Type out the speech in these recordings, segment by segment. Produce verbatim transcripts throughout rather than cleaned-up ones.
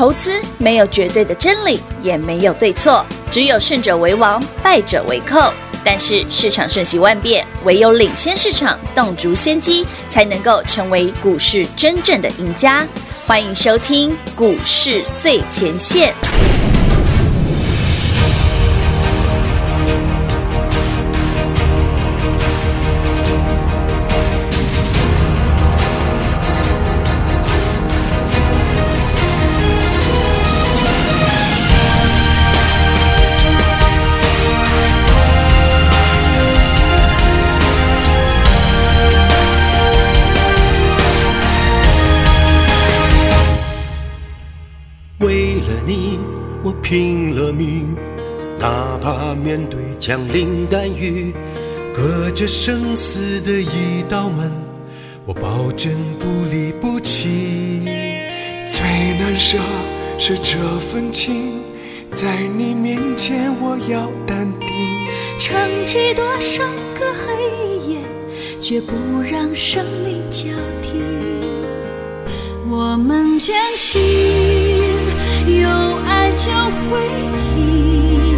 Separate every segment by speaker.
Speaker 1: 投资没有绝对的真理，也没有对错，只有胜者为王，败者为寇。但是市场瞬息万变，唯有领先市场，洞烛先机，才能够成为股市真正的赢家。欢迎收听股市最前线。
Speaker 2: 拼了命，哪怕面对枪林弹雨，隔着生死的一道门，我保证不离不弃。
Speaker 3: 最难舍是这份情，在你面前我要淡定，
Speaker 4: 撑起多少个黑夜，绝不让生命交替。我们坚信有爱就会赢，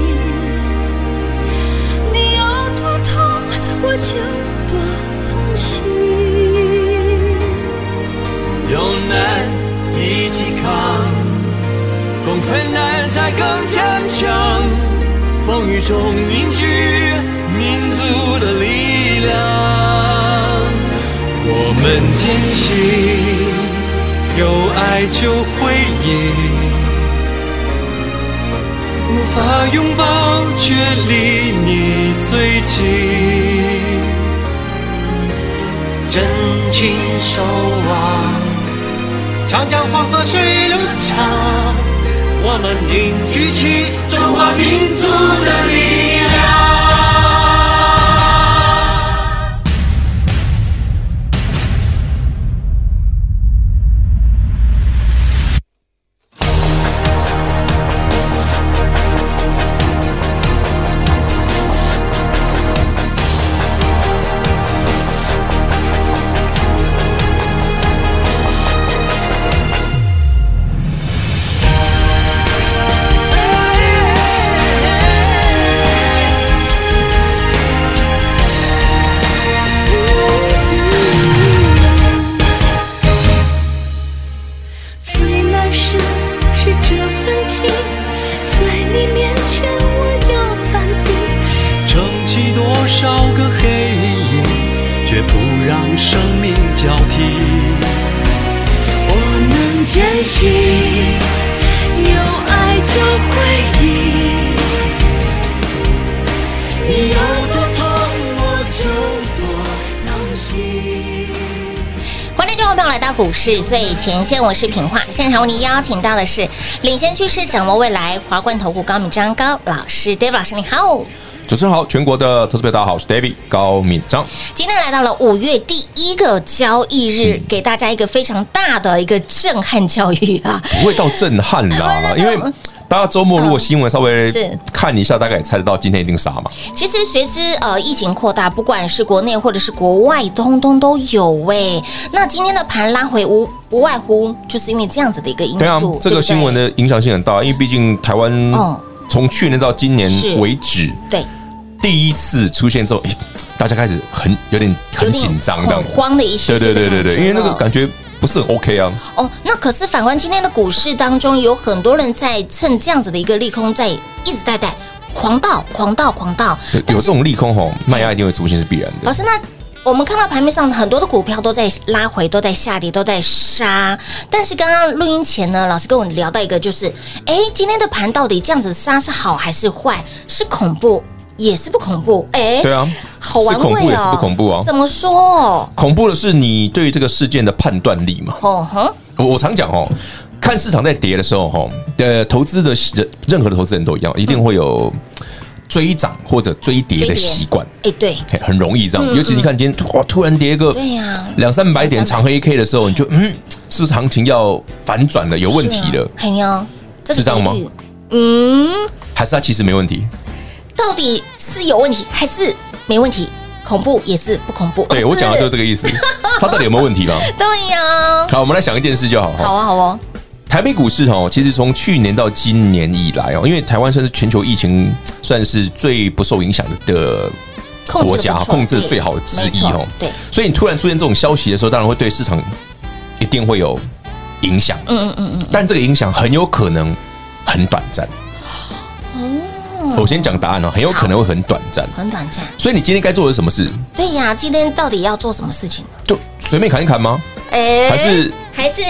Speaker 4: 你有多痛我就多痛心，
Speaker 2: 有难一起扛，共分难才更坚强，风雨中凝聚民族的力量。我们坚信有爱就会赢，无法拥抱却离你最近，真情守望，长江黄河水流长，我们凝聚起中华民族的力量。
Speaker 5: 股市最前线，我是品化。现场为你邀请到的是领先趋势、掌握未来华冠投顾高敏章高老师 ，David 老师，你好。
Speaker 6: 主持人好，全国的投资朋友大家好，我是 David 高敏章。
Speaker 5: 今天来到了五月第一个交易日，嗯、给大家一个非常大的一个震撼教育啊！
Speaker 6: 不会到震撼啦，因为大家周末如果新闻稍微看一下，大概也猜得到今天一定杀嘛。
Speaker 5: 其实随之呃疫情扩大，不管是国内或者是国外，通通都有哎、欸。那今天的盘拉回无不外乎就是因为这样子的一个因素。
Speaker 6: 对啊，这个新闻的影响性很大，因为毕竟台湾从去年到今年为止，
Speaker 5: 对
Speaker 6: 第一次出现之后，大家开始很有点很紧张，
Speaker 5: 很慌的一些，
Speaker 6: 对对对对对，因为那个感觉。不是很 OK 啊？
Speaker 5: 哦，那可是反观今天的股市当中，有很多人在趁这样子的一个利空，在一直在带狂倒、狂倒、狂倒。
Speaker 6: 有这种利空吼，卖压一定会出现，是必然的。
Speaker 5: 老师，那我们看到盘面上很多的股票都在拉回，都在下跌，都在杀。但是刚刚录音前呢，老师跟我聊到一个，就是哎，今天的盘到底这样子杀是好还是坏？是恐怖？也是不恐怖，哎，
Speaker 6: 对啊，
Speaker 5: 好玩味哦，
Speaker 6: 是恐怖也是不恐怖啊？
Speaker 5: 怎么说？
Speaker 6: 恐怖的是你对这个事件的判断力嘛？哦哼，我我常讲哦，看市场在跌的时候哈，呃，投资的任何的投资人都一样，一定会有追涨或者追跌的习惯。
Speaker 5: 哎，对，
Speaker 6: 很容易这样。尤其你看今天哇，突然跌个
Speaker 5: 对呀
Speaker 6: 两三百点长黑 K 的时候，你就嗯，是不是行情要反转了，有问题了？
Speaker 5: 很有，
Speaker 6: 是这样吗？
Speaker 5: 嗯，
Speaker 6: 还是它其实没问题？
Speaker 5: 到底是有问题还是没问题？恐怖也是不恐怖？
Speaker 6: 对我讲的就是这个意思。它到底有没有问题吗？
Speaker 5: 对呀。
Speaker 6: 好，我们来想一件事就好。
Speaker 5: 好啊，好哦。
Speaker 6: 台北股市哦，其实从去年到今年以来哦，因为台湾算是全球疫情算是最不受影响的国家，控制的最好之一哦。
Speaker 5: 对，
Speaker 6: 所以你突然出现这种消息的时候，当然会对市场一定会有影响。嗯嗯嗯嗯。但这个影响很有可能很短暂。哦，我先讲答案哦，很有可能会很短暂，
Speaker 5: 很短暂。
Speaker 6: 所以你今天该做的是什么事？
Speaker 5: 对呀，今天到底要做什么事情呢？
Speaker 6: 就随便砍一砍吗？
Speaker 5: 哎，
Speaker 6: 还是
Speaker 5: 还是。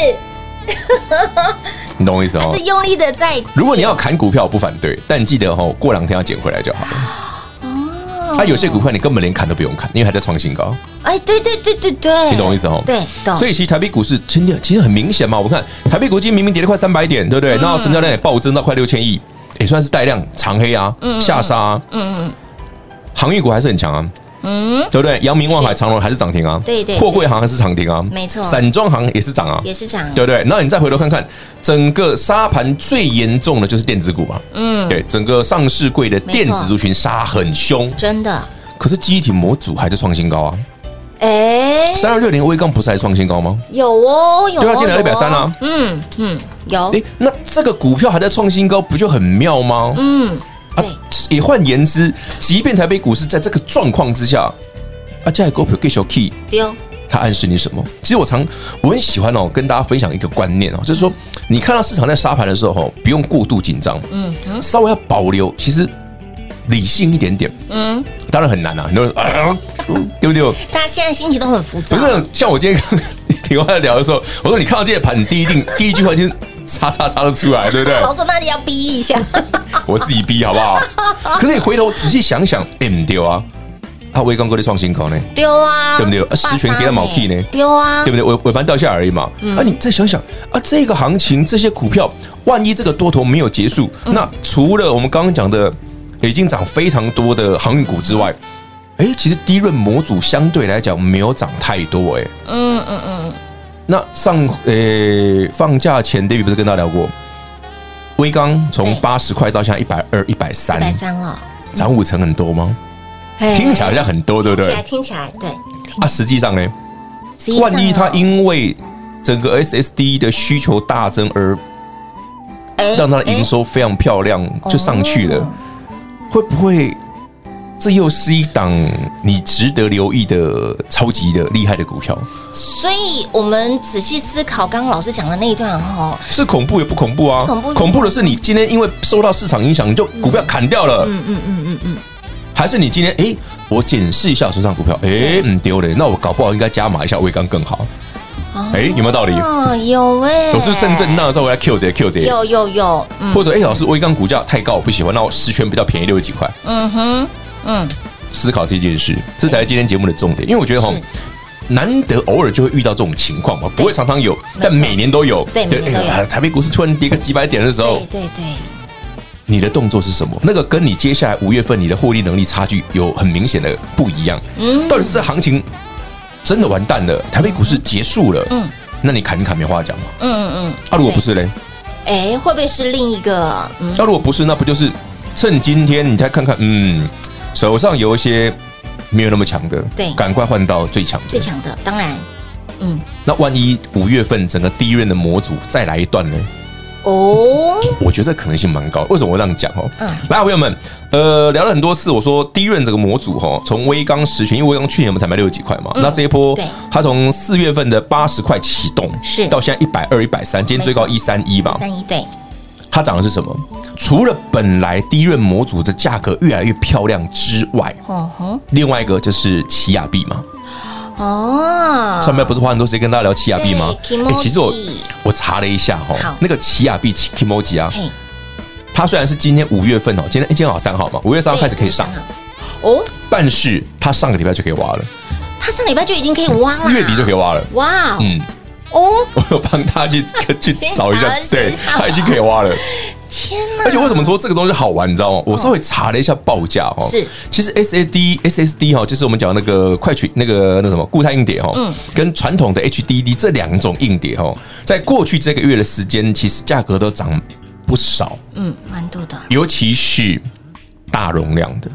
Speaker 6: 你懂我意思哦？
Speaker 5: 还是用力的在。
Speaker 6: 如果你要砍股票，我不反对，但你记得哦，过两天要捡回来就好了。哦。啊，有些股票你根本连砍都不用砍，因为还在创新高。
Speaker 5: 哎，对对对对对，
Speaker 6: 你懂我意思哦？
Speaker 5: 对，懂。
Speaker 6: 所以其实台北股市今天其实很明显嘛，我看台北股今天明明跌了快三百点，对不对？然后成交量也暴增到快六千亿，也算是带量长黑啊，下杀啊。嗯嗯。航运股还是很强啊。嗯，对不对？阳明、万海、长荣还是涨停啊，
Speaker 5: 对对，
Speaker 6: 货柜行还是涨停啊，
Speaker 5: 没错，
Speaker 6: 散装行也是涨啊，
Speaker 5: 也是涨，
Speaker 6: 对不对？那你再回头看看，整个杀盘最严重的就是电子股嘛，嗯，对，整个上市柜的电子族群杀很凶，
Speaker 5: 真的。
Speaker 6: 可是记忆体模组还在创新高啊，
Speaker 5: 哎，
Speaker 6: 三二六零威刚不是还创新高吗？
Speaker 5: 有哦，有，
Speaker 6: 对啊，今年一百三啊，
Speaker 5: 嗯嗯，有。哎，
Speaker 6: 那这个股票还在创新高，不就很妙吗？嗯。啊，也换言之，即便台北股市在这个状况之下，啊，这股票继续起丢，它暗示你什么？其实我常我很喜欢哦，跟大家分享一个观念哦，就是说，你看到市场在杀盘的时候，不用过度紧张，嗯，稍微要保留，其实理性一点点，嗯，当然很难啊，很多人啊，对不对？
Speaker 5: 大家现在心情都很浮躁，
Speaker 6: 不是像我今天跟平花在聊的时候，我说你看到这些盘，你第一定第一句话就是。叉叉叉都出来，对不对？
Speaker 5: 我说那你要逼一下，
Speaker 6: 我自己逼好不好？可是你回头仔细想想，哎，唔对啊！啊，威刚哥的创新高呢？
Speaker 5: 丢啊，
Speaker 6: 对不对？啊，十权给他毛 key 呢？
Speaker 5: 丢啊，
Speaker 6: 对不对？尾尾盘掉下而已嘛。啊，你再想想啊，这个行情这些股票，万一这个多头没有结束，那除了我们刚刚讲的已经涨非常多的航运股之外，哎，其实低润模组相对来讲没有涨太多，哎，嗯嗯嗯。那上呃放假前 ，David 不是跟大家聊过，威刚从八十块到现在一百二、一百三，
Speaker 5: 一百三了，
Speaker 6: 涨五成很多吗？听起来好像很多，对不对？
Speaker 5: 听起来，听起来对。
Speaker 6: 啊，实际上呢，万一它因为整个 S S D 的需求大增而让它的营收非常漂亮，就上去了，会不会？这又是一档你值得留意的超级的厉害的股票，
Speaker 5: 所以我们仔细思考刚刚老师讲的那一段哈，
Speaker 6: 是恐怖也不恐怖啊？恐怖，恐怖的是你今天因为受到市场影响，你就股票砍掉了，嗯嗯嗯嗯嗯，还是你今天哎，我检视一下手上股票，哎，嗯丢了，那我搞不好应该加码一下威刚更好，哎，有没有道理？
Speaker 5: 有哎，
Speaker 6: 我是深圳那时候我要 Q 这 Q 这，
Speaker 5: 有有有，
Speaker 6: 或者哎，老师威刚股价太高，我不喜欢，那我十权比较便宜六十几块，嗯哼。嗯，思考这件事，这才是今天节目的重点。因为我觉得哈，难得偶尔就会遇到这种情况嘛，不会常常有，但每年都有。
Speaker 5: 对，每年都有。
Speaker 6: 台北股市突然跌个几百点的时候，
Speaker 5: 对对对，
Speaker 6: 你的动作是什么？那个跟你接下来五月份你的获利能力差距有很明显的不一样。嗯，到底是这行情真的完蛋了，台北股市结束了，嗯，那你砍一砍没话讲嘛？嗯嗯嗯。啊，如果不是嘞？
Speaker 5: 哎，会不会是另一个？
Speaker 6: 嗯，那如果不是，那不就是趁今天你再看看，嗯。手上有一些没有那么强的，
Speaker 5: 对，
Speaker 6: 赶快换到最强的。
Speaker 5: 最强的，当然，嗯。
Speaker 6: 那万一五月份整个第一润的模组再来一段呢？哦，我觉得可能性蛮高。为什么我这样讲哦？嗯，来，朋友们，呃，聊了很多次，我说第一润这个模组哈，从威刚十权，因为威刚去年我们才卖六十几块嘛，嗯、那这一波，它从四月份的八十块启动，
Speaker 5: 是到
Speaker 6: 现在一百二、一百三，今天最高一三一吧？
Speaker 5: 一三一对。
Speaker 6: 它涨的是什么？除了本来低润模组的价格越来越漂亮之外，嗯、另外一个就是奇亚币嘛。哦，上面不是花很多时间跟大家聊奇亚币吗？哎，其实我我查了一下哈，那个奇亚币 Kimoji 啊，它虽然是今天五月份哦，今天今天好三号嘛，五月三号开始可以上哦，但是它上个礼拜就可以挖了。
Speaker 5: 它上礼拜就已经可以挖了，
Speaker 6: 四月底就可以挖了。
Speaker 5: 哇，嗯。
Speaker 6: 哦，我有帮他去去找一下，对，他已经可以挖了。
Speaker 5: 天哪！
Speaker 6: 而且为什么说这个东西好玩，你知道吗？我稍微查了一下报价哈，
Speaker 5: 是，
Speaker 6: 其实 S S D S S D 哈，就是我们讲那个快取那个那什么固态硬碟哈，嗯，跟传统的 H D D 这两种硬碟哈，在过去这个月的时间，其实价格都涨不少，
Speaker 5: 嗯，蛮多的，
Speaker 6: 尤其是大容量的。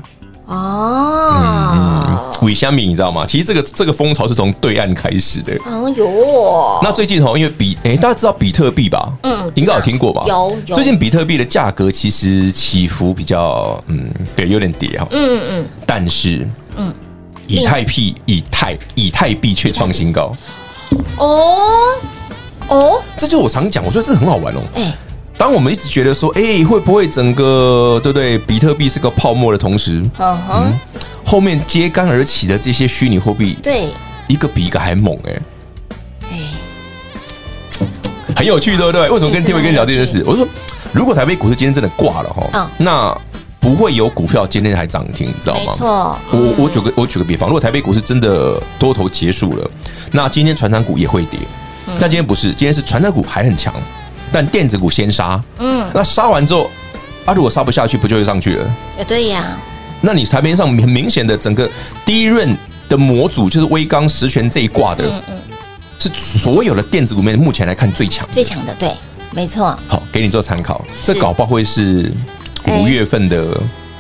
Speaker 5: 哦，
Speaker 6: 尾虾米你知道吗？其实这个这个风潮是从对岸开始的。
Speaker 5: 哦哟，
Speaker 6: 那最近哈，因为比哎、欸，大家知道比特币吧？嗯，应该有听过吧？
Speaker 5: 有有。
Speaker 6: 最近比特币的价格其实起伏比较，嗯，对，有点跌哈。嗯嗯。但是，嗯，以太币、以太以太币却创新高。
Speaker 5: 哦哦，
Speaker 6: 这就是我常讲，我觉得这很好玩哦。哎、欸。当我们一直觉得说，哎、欸，会不会整个对不对？比特币是个泡沫的同时，嗯哼，后面揭竿而起的这些虚拟货币，
Speaker 5: 对，
Speaker 6: 一个比一个还猛哎、欸，哎、欸，很有趣，对不对？为什么跟天伟跟你聊这件事？我说，如果台北股市今天真的挂了哈，哦、那不会有股票今天还涨停，你知道吗？
Speaker 5: 没错，
Speaker 6: 我我举个我举个比方，如果台北股市真的多头结束了，那今天传产股也会跌，嗯、但今天不是，今天是传产股还很强。但电子股先杀，嗯，那杀完之后，啊，如果杀不下去，不就会上去了？
Speaker 5: 也对呀。
Speaker 6: 那你台面上很明显的整个第一润的模组，就是威刚、实权这一挂的，嗯嗯，是所有的电子股里面目前来看最强、
Speaker 5: 最强的，对，没错。
Speaker 6: 好，给你做参考，这搞不好会是五月份的。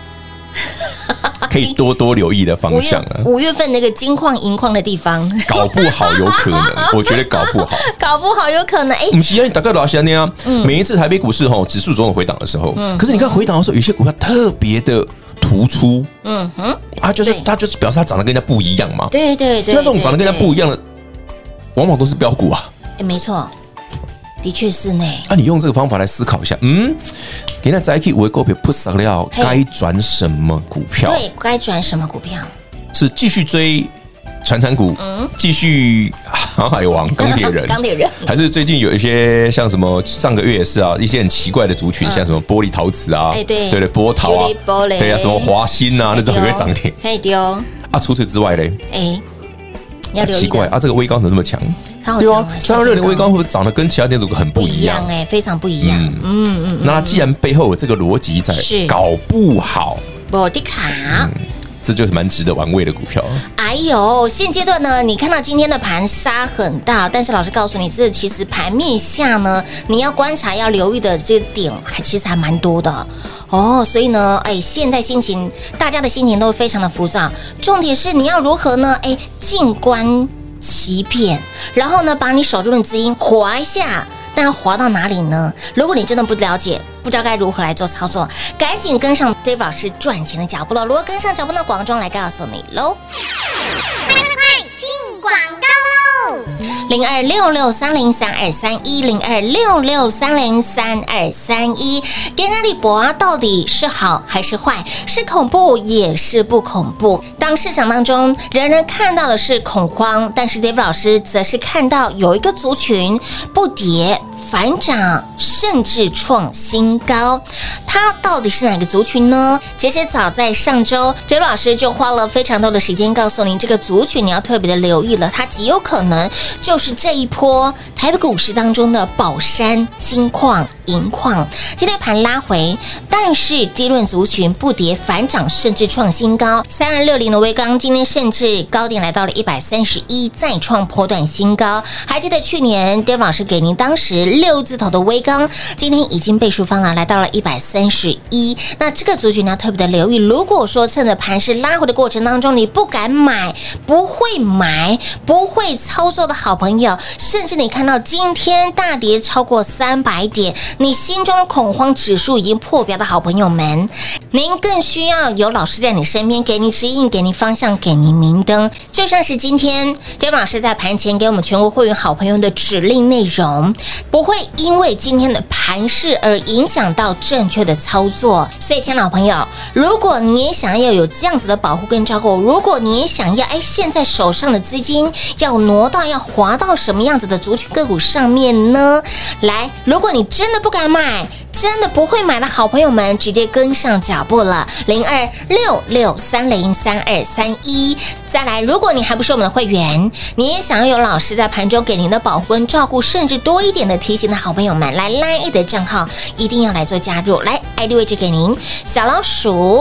Speaker 6: 可以多多留意的方向啊！
Speaker 5: 五月份那个金矿、银矿的地方，
Speaker 6: 搞不好有可能，我觉得搞不好，
Speaker 5: 搞不好有可能。哎，
Speaker 6: 我们西安大概多少钱那样？每一次台北股市吼指数总有回档的时候，可是你看回档的时候，有些股票特别的突出，嗯哼，啊，就是它就是表示它长得跟人家不一样嘛。
Speaker 5: 对对对，
Speaker 6: 那这种长得跟人家不一样的，往往都是标股啊。
Speaker 5: 哎，没错。的确是呢。
Speaker 6: 啊，你用这个方法来思考一下，嗯，给那再去为股票 put 上了，该转什么股票？
Speaker 5: 对，该转什么股票？
Speaker 6: 是继续追传产股，嗯，继续航海王、钢铁人、
Speaker 5: 钢铁人，
Speaker 6: 还是最近有一些像什么上个月也是啊，一些很奇怪的族群，嗯、像什么玻璃陶瓷啊，
Speaker 5: 哎对，
Speaker 6: 对对，波涛啊，对啊，什么华新啊，那种也会涨停，
Speaker 5: 可以丢
Speaker 6: 啊。除此之外嘞，哎，
Speaker 5: 要留意、
Speaker 6: 啊、奇怪啊，这个威刚怎么那么强？对啊，三二六零威刚会不会长得跟其他电子股很不一样？
Speaker 5: 哎，非常不一样。嗯
Speaker 6: 嗯嗯。那既然背后有这个逻辑在，搞不好，
Speaker 5: 波迪卡。嗯，
Speaker 6: 这就是蛮值得玩味的股票。
Speaker 5: 哎呦，现阶段呢，你看到今天的盘杀很大，但是老师告诉你，这其实盘面下呢，你要观察、要留意的这个点，还其实还蛮多的哦。所以呢，哎，现在心情，大家的心情都非常的浮躁。重点是你要如何呢？哎，静观其变，然后呢，把你手中的资金滑一下。但要滑到哪里呢？如果你真的不了解，不知道该如何来做操作，赶紧跟上 Dave 老师赚钱的脚步了。如何跟上脚步呢？广中来告诉你喽！快快快，进广告喽！零二六六三零三二三一零二六六三零三二三一，给那里博啊，到底是好还是坏？是恐怖也是不恐怖？当市场当中人人看到的是恐慌，但是 Dave 老师则是看到有一个族群不跌。反涨，甚至创新高，它到底是哪个族群呢？其实早在上周，杰老师就花了非常多的时间告诉您，这个族群你要特别的留意了，它极有可能就是这一波台北股市当中的宝山金矿、银矿。今天盘拉回，但是低润族群不跌反涨，甚至创新高。三二六零的威刚今天甚至高点来到了一百三十一，再创波段新高。还记得去年 Dave 老师给您当时六字头的威刚，今天已经倍数翻了，来到了一百三十一。那这个族群呢，特别的留意。如果说趁着盘势拉回的过程当中，你不敢买、不会买、不会操作的好朋友，甚至你看到今天大跌超过三百点，你心中的恐慌指数已经破表的好朋友们，您更需要有老师在你身边，给你指引，给你方向，给你明灯。就像是今天 Dave 老师在盘前给我们全国会员好朋友的指令内容，不会因为今天的盘势而影响到正确的操作。所以亲爱的老朋友，如果你也想要有这样子的保护跟照顾，如果你也想要哎，现在手上的资金要挪到要滑到什么样子的族群个股上面呢？来，如果你真的不敢买，真的不会买的好朋友们，直接跟上脚步了，零二六六三零三二三一。再来，如果你还不是我们的会员，你也想要有老师在盘中给您的保护跟照顾，甚至多一点的提醒的好朋友们，来 LINE 的账号一定要来做加入。来 I D 位置给您，小老鼠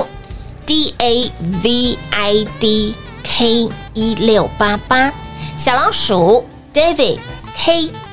Speaker 5: D A V I D K 一六八八，小老鼠 David K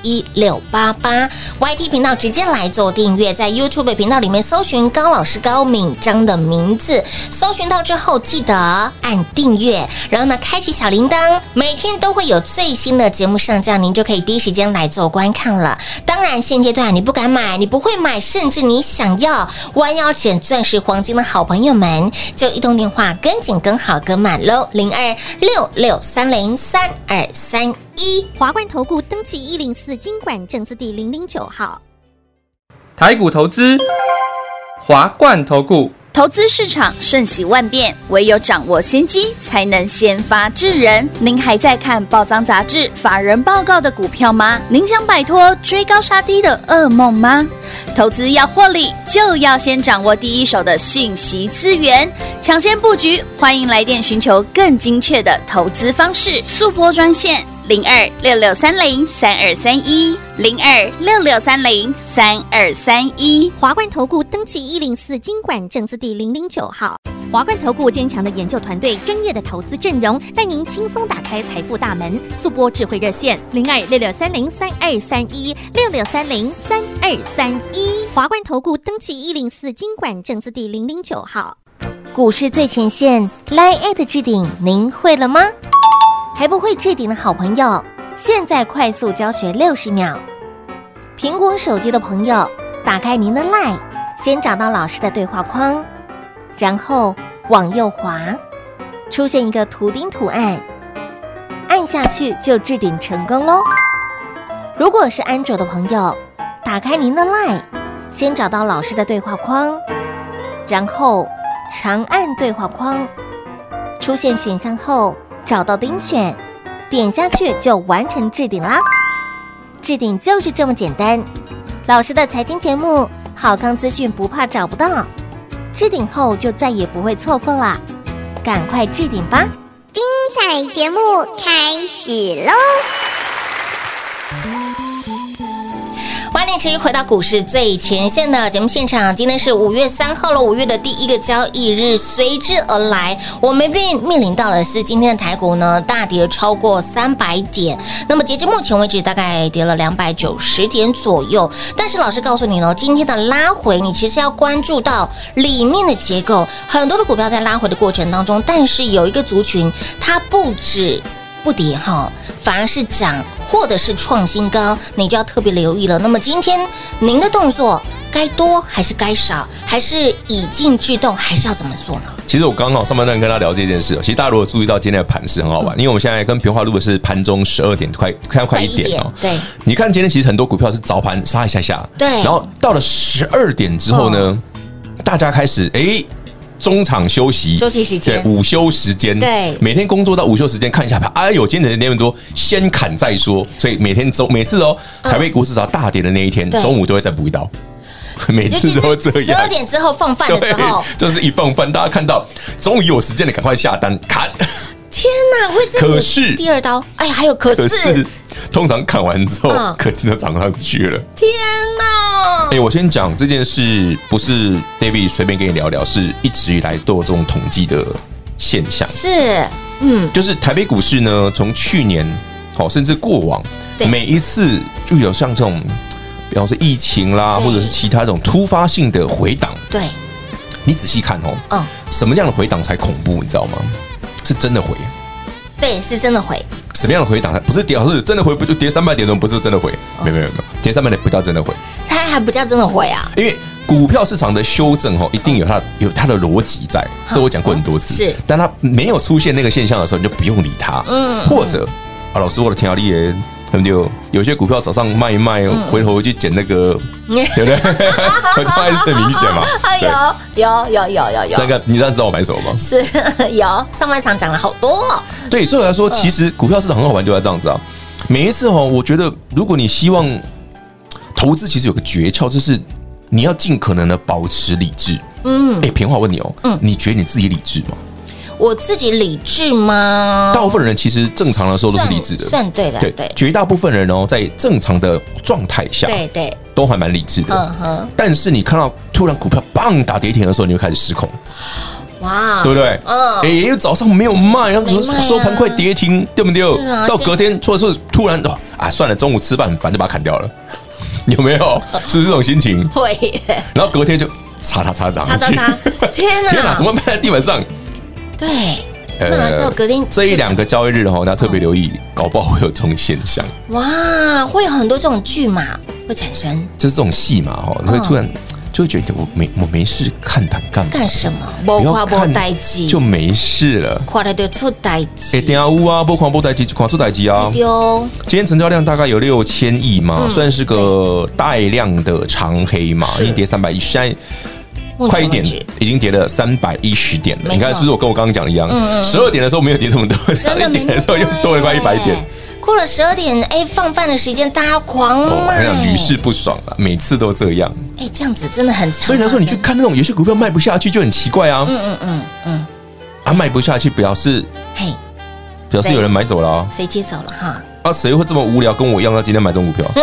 Speaker 5: 一六八八 Y T 频道直接来做订阅，在 YouTube 频道里面搜寻高老师高敏章的名字，搜寻到之后记得按订阅，然后呢开启小铃铛，每天都会有最新的节目上架，您就可以第一时间来做观看了。当然现阶段你不敢买，你不会买，甚至你想要弯腰捡钻石黄金的好朋友们，就一通电话跟紧跟好跟满喽，零二六六三零三二三一。
Speaker 7: 华冠投顾登记一零四金管证字第零零九号。
Speaker 8: 台股投资，华冠投顾。
Speaker 1: 投资市场瞬息万变，唯有掌握先机，才能先发制人。您还在看报章杂志、法人报告的股票吗？您想摆脱追高杀低的噩梦吗？投资要获利，就要先掌握第一手的讯息资源，抢先布局。欢迎来电寻求更精确的投资方式，速拨专线零二六六三零三二三一零二六六三零三二三一。
Speaker 7: 华冠投顾登记一零四金管证字第零零九号。华冠投顾坚强的研究团队，专业的投资阵容，带您轻松打开财富大门。速拨智慧热线零二六六三零三二三一六六三零三二三一。华冠投顾登记一零四金管证字第零零九号。
Speaker 5: 股市最前线 Line at 置顶，您会了吗？还不会置顶的好朋友，现在快速教学六十秒。苹果手机的朋友，打开您的 Line， 先找到老师的对话框，然后往右滑，出现一个图钉图案，按下去就置顶成功咯。如果是安卓的朋友，打开您的 Line， 先找到老师的对话框，然后长按对话框，出现选项后找到钉选，点下去就完成置顶啦。置顶就是这么简单。老师的财经节目，好康资讯不怕找不到，置顶后就再也不会错过啦，赶快置顶吧！
Speaker 7: 精彩节目开始喽！
Speaker 5: 欢迎持续回到股市最前线的节目现场。今天是五月三号了，五月的第一个交易日，随之而来，我们面面临到的是今天的台股呢大跌超过三百点，那么截至目前为止，大概跌了两百九十点左右。但是老师告诉你呢，今天的拉回，你其实要关注到里面的结构，很多的股票在拉回的过程当中，但是有一个族群，它不止不跌哈，反而是涨，或者是创新高，你就要特别留意了。那么今天您的动作该多还是该少，还是以静制动，还是要怎么做呢？
Speaker 6: 其实我刚好上半段跟他聊这件事，其实大家如果注意到今天的盘势很好玩，嗯、因为我们现在跟平华录的是盘中十二点快快要快一点哦。
Speaker 5: 对，
Speaker 6: 你看今天其实很多股票是早盘杀一下下，
Speaker 5: 对，
Speaker 6: 然后到了十二点之后呢，哦、大家开始哎。中场休息，
Speaker 5: 休息时间，
Speaker 6: 对，午休时间，
Speaker 5: 对，
Speaker 6: 每天工作到午休时间看一下盘，哎呦，今天的那么多，先砍再说，所以每天中每次哦，台北股市只要大跌的那一天，中午都会再补一刀，每次都这样。
Speaker 5: 十二点之后放饭的时候，
Speaker 6: 就是一放饭，大家看到终于有时间了，赶快下单砍。
Speaker 5: 天哪，会这
Speaker 6: 可是
Speaker 5: 第二刀，哎，还有可是，
Speaker 6: 可是通常砍完之后，肯定都涨上去了。
Speaker 5: 天哪！
Speaker 6: 哎，我先讲这件事，不是 David 随便跟你聊聊，是一直以来都有这种统计的现象。
Speaker 5: 是，嗯，
Speaker 6: 就是台北股市呢，从去年好，甚至过往，每一次就有像这种，比方说疫情啦，或者是其他这种突发性的回档。
Speaker 5: 对，
Speaker 6: 你仔细看哦，嗯，什么样的回档才恐怖？你知道吗？是真的回。
Speaker 5: 对，是真的回。
Speaker 6: 什么样的回档？不是跌，是真的回，不就跌三百点？怎么不是真的回？没有没有没有，跌三百点不叫真的回，
Speaker 5: 它还不叫真的回啊！
Speaker 6: 因为股票市场的修正哈，一定有它有它的逻辑在，这我讲过很多次。是，但它没有出现那个现象的时候，你就不用理它。嗯，或者啊，老师，我的天啊，你也他们就有些股票早上卖一卖，回头去捡那个，对不对？我发现是很明显嘛。
Speaker 5: 有有有有有有。
Speaker 6: 这个你这样知道我买什么吗？
Speaker 5: 是有，上半场涨了好多哦。
Speaker 6: 对，所以我来说，其实股票市场很好玩，就在这样子啊。每一次哈，我觉得如果你希望投资，其实有个诀窍，就是你要尽可能的保持理智。嗯，哎，平华问你哦，嗯，你觉得你自己理智吗？
Speaker 5: 我自己理智吗？
Speaker 6: 大部分人其实正常的时候都是理智的，
Speaker 5: 算对的，对对。
Speaker 6: 绝大部分人哦，在正常的状态下，
Speaker 5: 对对，
Speaker 6: 都还蛮理智的。嗯哼。但是你看到突然股票棒打跌停的时候，你就开始失控。哇，对不对？嗯。哎，早上没有卖，然后收盘快跌停，对不对？到隔天，或者是突然啊啊，算了，中午吃饭很烦，就把它砍掉了，有没有？是不是这种心情？
Speaker 5: 会耶。
Speaker 6: 然后隔天就擦擦擦擦
Speaker 5: 擦擦擦，天哪！
Speaker 6: 天哪，怎么办在地板上？
Speaker 5: 对。那之后隔天
Speaker 6: 这一两个交易日哈，大家特别留意，搞不好会有这种现象。
Speaker 5: 哇，会有很多这种剧码会产生，
Speaker 6: 就是这种戏嘛哈，你会突然就会觉得我没我没事看盘干嘛？
Speaker 5: 干什么？不看不代志
Speaker 6: 就没事了，
Speaker 5: 看了就出代志。
Speaker 6: 哎，等下乌啊，不看不代志就看出代志啊。丢，今天成交量大概有六千亿嘛，算是个带量的长黑嘛，已经跌三百一十。快一点，已经跌了三百一十点了。你看，是不是我跟我刚刚讲的一样？十二点的时候没有跌这么多，十一点的时候又多了快一百点。
Speaker 5: 过了十二点，哎，放饭的时间大家狂买，
Speaker 6: 屡试不爽了，每次都这样。
Speaker 5: 哎，这样子真的很长。
Speaker 6: 所以他说，你去看那种有些股票卖不下去，就很奇怪啊。嗯嗯嗯嗯，啊，卖不下去表示，嘿，表示有人买走了啊，
Speaker 5: 谁接走了哈？
Speaker 6: 啊，谁会这么无聊跟我一样，他今天买这种股票？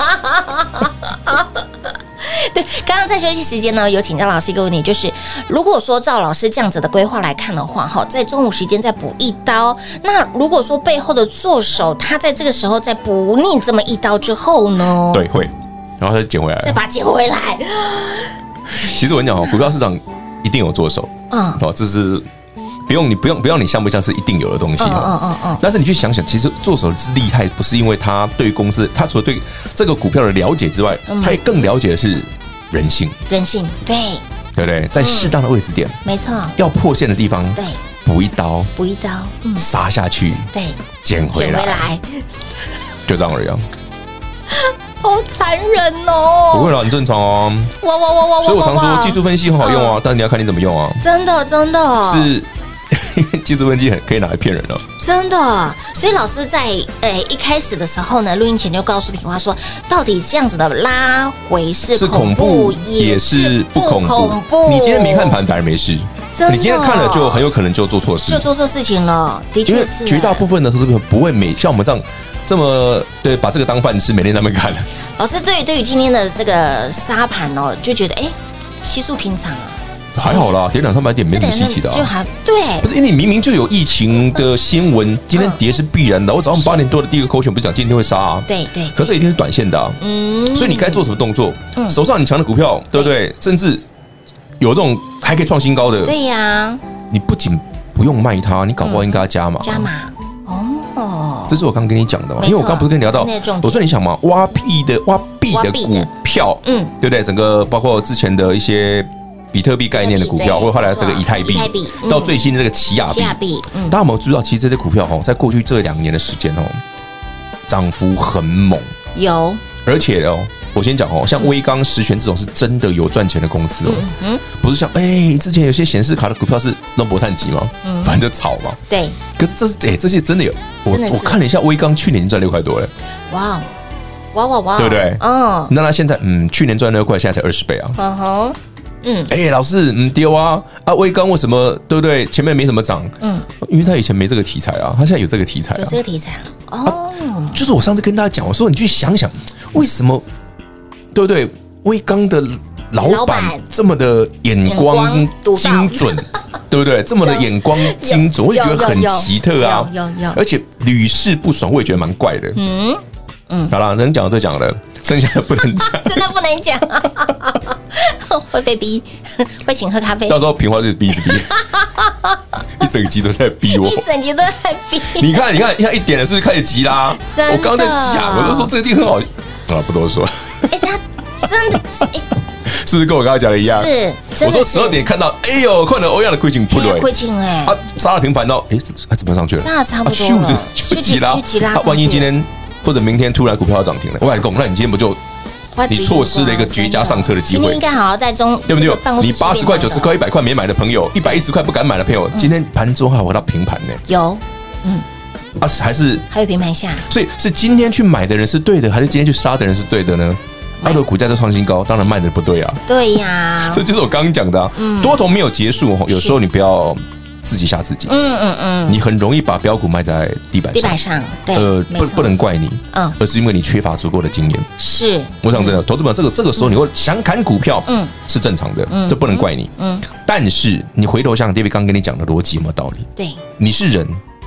Speaker 5: 对，刚刚在休息时间呢，有请教老师一个问题，就是如果说照老师这样子的规划来看的话，哈，在中午时间再补一刀，那如果说背后的做手他在这个时候再补你这么一刀之后呢？
Speaker 6: 对，会，然后他就捡回来，
Speaker 5: 再把它捡回来。
Speaker 6: 其实我跟你讲哦，股票市场一定有做手，嗯，哦，这是不用你不用不用你像不像是一定有的东西，嗯嗯嗯，但是你去想想，其实做手之厉害，不是因为他对公司，他除了对这个股票的了解之外，他也更了解的是人性，
Speaker 5: 人性，对，
Speaker 6: 对不对？在适当的位置点，
Speaker 5: 没错，
Speaker 6: 要破线的地方，对，补一刀，
Speaker 5: 补一刀，
Speaker 6: 杀下去，
Speaker 5: 对，
Speaker 6: 捡回来，就这样而已。
Speaker 5: 好残忍哦！
Speaker 6: 不会啦，很正常哦。
Speaker 5: 哇哇哇哇！
Speaker 6: 所以我常说技术分析很好用啊，但是你要看你怎么用啊。
Speaker 5: 真的真的
Speaker 6: 是技术分析很可以拿来骗人的。
Speaker 5: 真的，所以老师在诶一开始的时候呢，录音前就告诉品花说，到底这样子的拉回是恐怖
Speaker 6: 也是不恐怖。你今天没看盘反而没事，你今天看了就很有可能就做错事，
Speaker 5: 就做错事情了。的确是，
Speaker 6: 绝大部分的投资朋友不会每像我们这样。这么对，把这个当饭吃，每天在那边看。
Speaker 5: 老师对于对于今天的这个沙盘哦，就觉得哎，稀疏平常啊，
Speaker 6: 还好啦，跌两三百点没什么稀奇的啊。
Speaker 5: 就还对，
Speaker 6: 不是因为你明明就有疫情的新闻，今天跌是必然的。我早上八点多的第一个扣选不是讲今天会杀啊？
Speaker 5: 对对。
Speaker 6: 可这一定是短线的啊，嗯。所以你该做什么动作？手上很强的股票，对不对？甚至有这种还可以创新高的，
Speaker 5: 对呀。
Speaker 6: 你不仅不用卖它，你搞不好应该加码。
Speaker 5: 加码。哦，
Speaker 6: 这是我刚跟你讲的嘛，因为我刚不是跟你聊到，我说你想嘛，挖币的挖币的股票，嗯，对不对？整个包括之前的一些比特币概念的股票，或者后来这个以太币，到最新的这个奇亚币，大家有没有注意到？其实这些股票哦，在过去这两年的时间哦，涨幅很猛，
Speaker 5: 有，
Speaker 6: 而且哦。我先讲哦，像威刚、实权这种是真的有赚钱的公司哦，嗯，不是像哎之前有些显示卡的股票是弄博碳级嘛，嗯，反正就炒嘛，
Speaker 5: 对。
Speaker 6: 可是这是哎这些真的有，我我看了一下威刚去年赚六块多了，
Speaker 5: 哇哇哇哇，
Speaker 6: 对不对？嗯，那他现在嗯去年赚六块，现在才二十倍啊，嗯哼，嗯，哎老师嗯丢啊啊威刚为什么对不对？前面没怎么涨，嗯，因为他以前没这个题材啊，他现在有这个题材，
Speaker 5: 有这个题材了哦，
Speaker 6: 就是我上次跟大家讲，我说你去想想为什么。对不对？威刚的老板这么的眼光精准，对不对？这么的眼光精准，我也觉得很奇特啊。有有，而且屡试不爽，我也觉得蛮怪的。嗯嗯，好了，能讲的都讲了，剩下的不能讲，
Speaker 5: 真的不能讲，会被逼，会请喝咖啡。
Speaker 6: 到时候平花就是逼着逼，一整集都在逼我，
Speaker 5: 一整集都在逼。
Speaker 6: 你看，你看，你看一点了，是不是开始急啦？我刚刚在讲，我就说这个地很好。啊，不多说。
Speaker 5: 哎，他真的，
Speaker 6: 是不是跟我刚才讲的一样？
Speaker 5: 是，
Speaker 6: 我说十二点看到，哎呦，看到欧阳的亏情不对，
Speaker 5: 亏情哎，
Speaker 6: 啊，杀了平盘到，哎，怎么上去了？
Speaker 5: 杀了差不多了，
Speaker 6: 就急拉，万一今天或者明天突然股票要涨停了，我来讲，那你今天不就你错失了一个绝佳上车的机会？
Speaker 5: 今天应该好好在中，
Speaker 6: 对不对？你八十块、九十块、一百块没买的朋友，一百一十块不敢买的朋友，今天盘中还回到平盘呢。
Speaker 5: 有，嗯。
Speaker 6: 啊，还是
Speaker 5: 还有平盘下，
Speaker 6: 所以是今天去买的人是对的，还是今天去杀的人是对的呢？阿德股价在创新高，当然卖的不对啊。
Speaker 5: 对呀，
Speaker 6: 这就是我刚刚讲的、啊，嗯、多头没有结束，有时候你不要自己吓自己。嗯嗯嗯，你很容易把标股卖在地板上。地
Speaker 5: 板上，对，
Speaker 6: 呃，不不能怪你，嗯，而是因为你缺乏足够的经验。
Speaker 5: 是，
Speaker 6: 我想真的，投资者这个这个时候你会想砍股票，嗯，是正常的，嗯，这不能怪你，嗯。但是你回头想 ，David 刚跟你讲的逻辑有没有道理？
Speaker 5: 对，
Speaker 6: 你是人。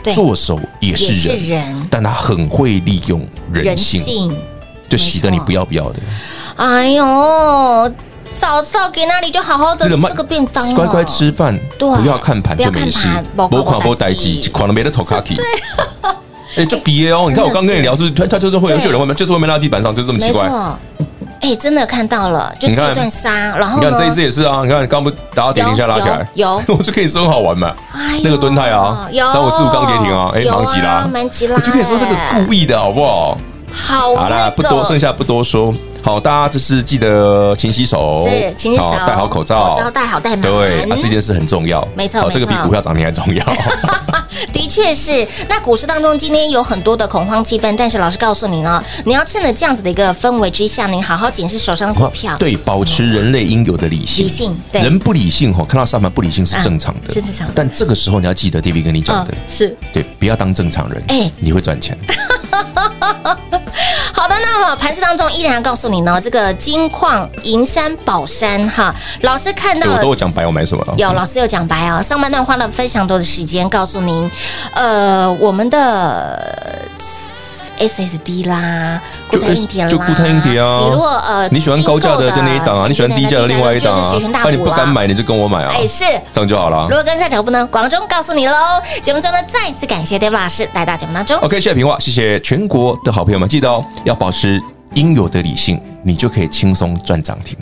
Speaker 6: 做手也是人，
Speaker 5: 是人
Speaker 6: 但他很会利用人性，
Speaker 5: 人性
Speaker 6: 就洗得你不要不要的。
Speaker 5: 哎呦！早知道给那里就好好的吃个便当，
Speaker 6: 乖乖吃饭，不要看盘就没事，不看不待机，可能没得投卡机。哎，就别哦！你看我刚跟你聊，是不是他他就是会有人外面，就是外面拉地板上，就这么奇怪。
Speaker 5: 哎，真的看到了，就这一段沙，然后
Speaker 6: 你看这一只也是啊，你看刚不打到跌停下拉起来，
Speaker 5: 有，
Speaker 6: 我就跟你说很好玩嘛。那个敦泰啊，三五四五刚跌停啊，哎，忙极啦，
Speaker 5: 蛮极啦，
Speaker 6: 我就跟你说这个故意的好不好？
Speaker 5: 好，
Speaker 6: 好啦，不多，剩下不多说。好，大家就是记得勤洗手，
Speaker 5: 是勤洗手，
Speaker 6: 戴好口罩，
Speaker 5: 口罩戴好戴满。
Speaker 6: 对啊，这件事很重要，
Speaker 5: 没错，
Speaker 6: 这个比股票涨停还重要。
Speaker 5: 的确是。那股市当中今天有很多的恐慌气氛，但是老师告诉你呢，你要趁着这样子的一个氛围之下，你好好检视手上的股票，
Speaker 6: 对，保持人类应有的理性。
Speaker 5: 理性，对，
Speaker 6: 人不理性吼，看到上盘不理性是正常的，
Speaker 5: 是正常的。
Speaker 6: 但这个时候你要记得 David 跟你讲的，
Speaker 5: 是
Speaker 6: 对，不要当正常人，哎，你会赚钱。
Speaker 5: 好的，那么盘市当中依然要告诉你呢，这个金矿、银山、宝山哈，老师看到了，
Speaker 6: 我都有讲白，我买什么了？
Speaker 5: 有老师有讲白哦。上半段花了非常多的时间告诉您，呃，我们的 S S D 啦，固态硬碟啦，
Speaker 6: 就固态硬碟啊。
Speaker 5: 你如果呃
Speaker 6: 你喜欢高价的就那一档啊，你喜欢低价的另外一档啊。那你不敢买，你就跟我买啊。哎，是这样就好了。
Speaker 5: 如果跟上脚步呢，广中告诉你喽。节目中呢，再次感谢 David 老师来到节目当中。
Speaker 6: OK， 谢谢平话，谢谢全国的好朋友们，记得哦，要保持应有的理性，你就可以轻松赚涨停。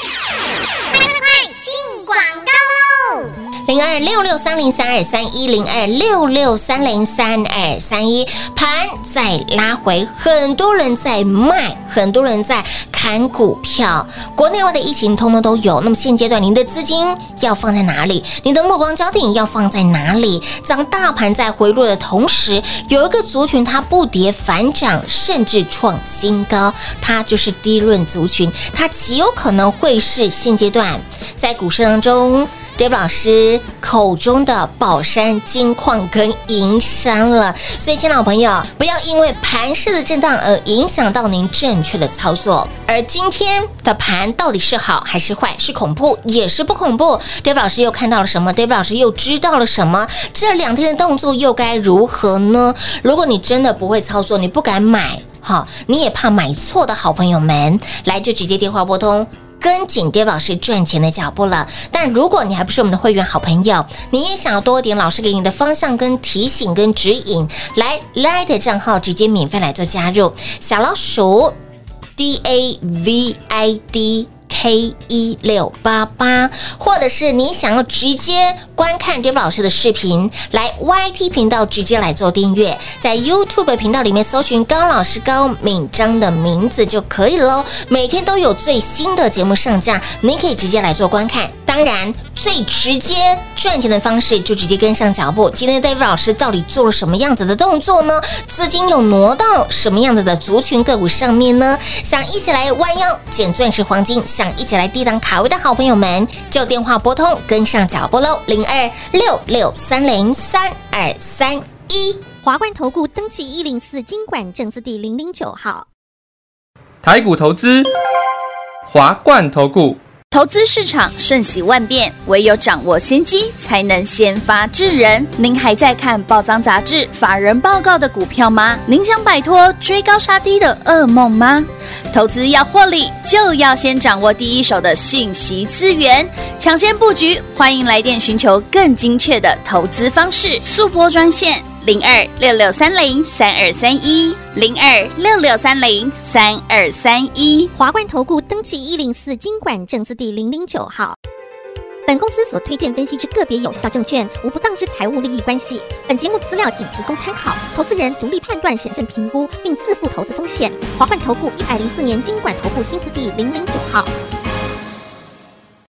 Speaker 5: 零二六六三零三二三一零二六六三零三二三一，盘在拉回，很多人在卖，很多人在砍股票，国内外的疫情通通都有。那么现阶段您的资金要放在哪里？你的目光焦点要放在哪里？当大盘在回落的同时，有一个族群它不跌反涨，甚至创新高，它就是低润族群，它极有可能会是现阶段在股市当中David 老师口中的宝山、金矿跟银山了，所以，亲爱的朋友，不要因为盘势的震荡而影响到您正确的操作。而今天的盘到底是好还是坏？是恐怖也是不恐怖 ？David 老师又看到了什么 ？David 老师又知道了什么？这两天的动作又该如何呢？如果你真的不会操作，你不敢买，好，你也怕买错的好朋友们，来就直接电话拨通。跟紧 David 老师赚钱的脚步了。但如果你还不是我们的会员好朋友，你也想要多一点老师给你的方向跟提醒跟指引，来 Line 账号直接免费来做加入，小老鼠 D A V I D K 一六八八，或者是你想要直接观看 David 老师的视频，来 Y T 频道直接来做订阅，在 YouTube 频道里面搜寻高老师高敏章的名字就可以咯，每天都有最新的节目上架，您可以直接来做观看。当然最直接赚钱的方式就直接跟上脚步。今天 David 老师到底做了什么样子的动作呢？资金又挪到什么样子的族群个股上面呢？想一起来弯腰捡钻石黄金，想一起来低档卡位的好朋友们，就电话拨通跟上脚步喽，零二六六三零三二三一。
Speaker 7: 华冠投顾登记一零四金管证字第零零九号。
Speaker 8: 台股投资，华冠投顾。
Speaker 1: 投资市场瞬息万变，唯有掌握先机，才能先发制人。您还在看报章杂志、法人报告的股票吗？您想摆脱追高杀低的噩梦吗？投资要获利，就要先掌握第一手的讯息资源，抢先布局。欢迎来电寻求更精确的投资方式，速拨专线零二六六三零三二三一零二六六三零三二三一。
Speaker 7: 华冠投顾登记一零四金管证字第零零九号。本公司所推荐分析之个别有效证券，无不当之财务利益关系。本节目资料仅提供参考，投资人独立判断、审慎评估，并自负投资风险。华冠投顾一百零四年金管投顾新字第零零九号。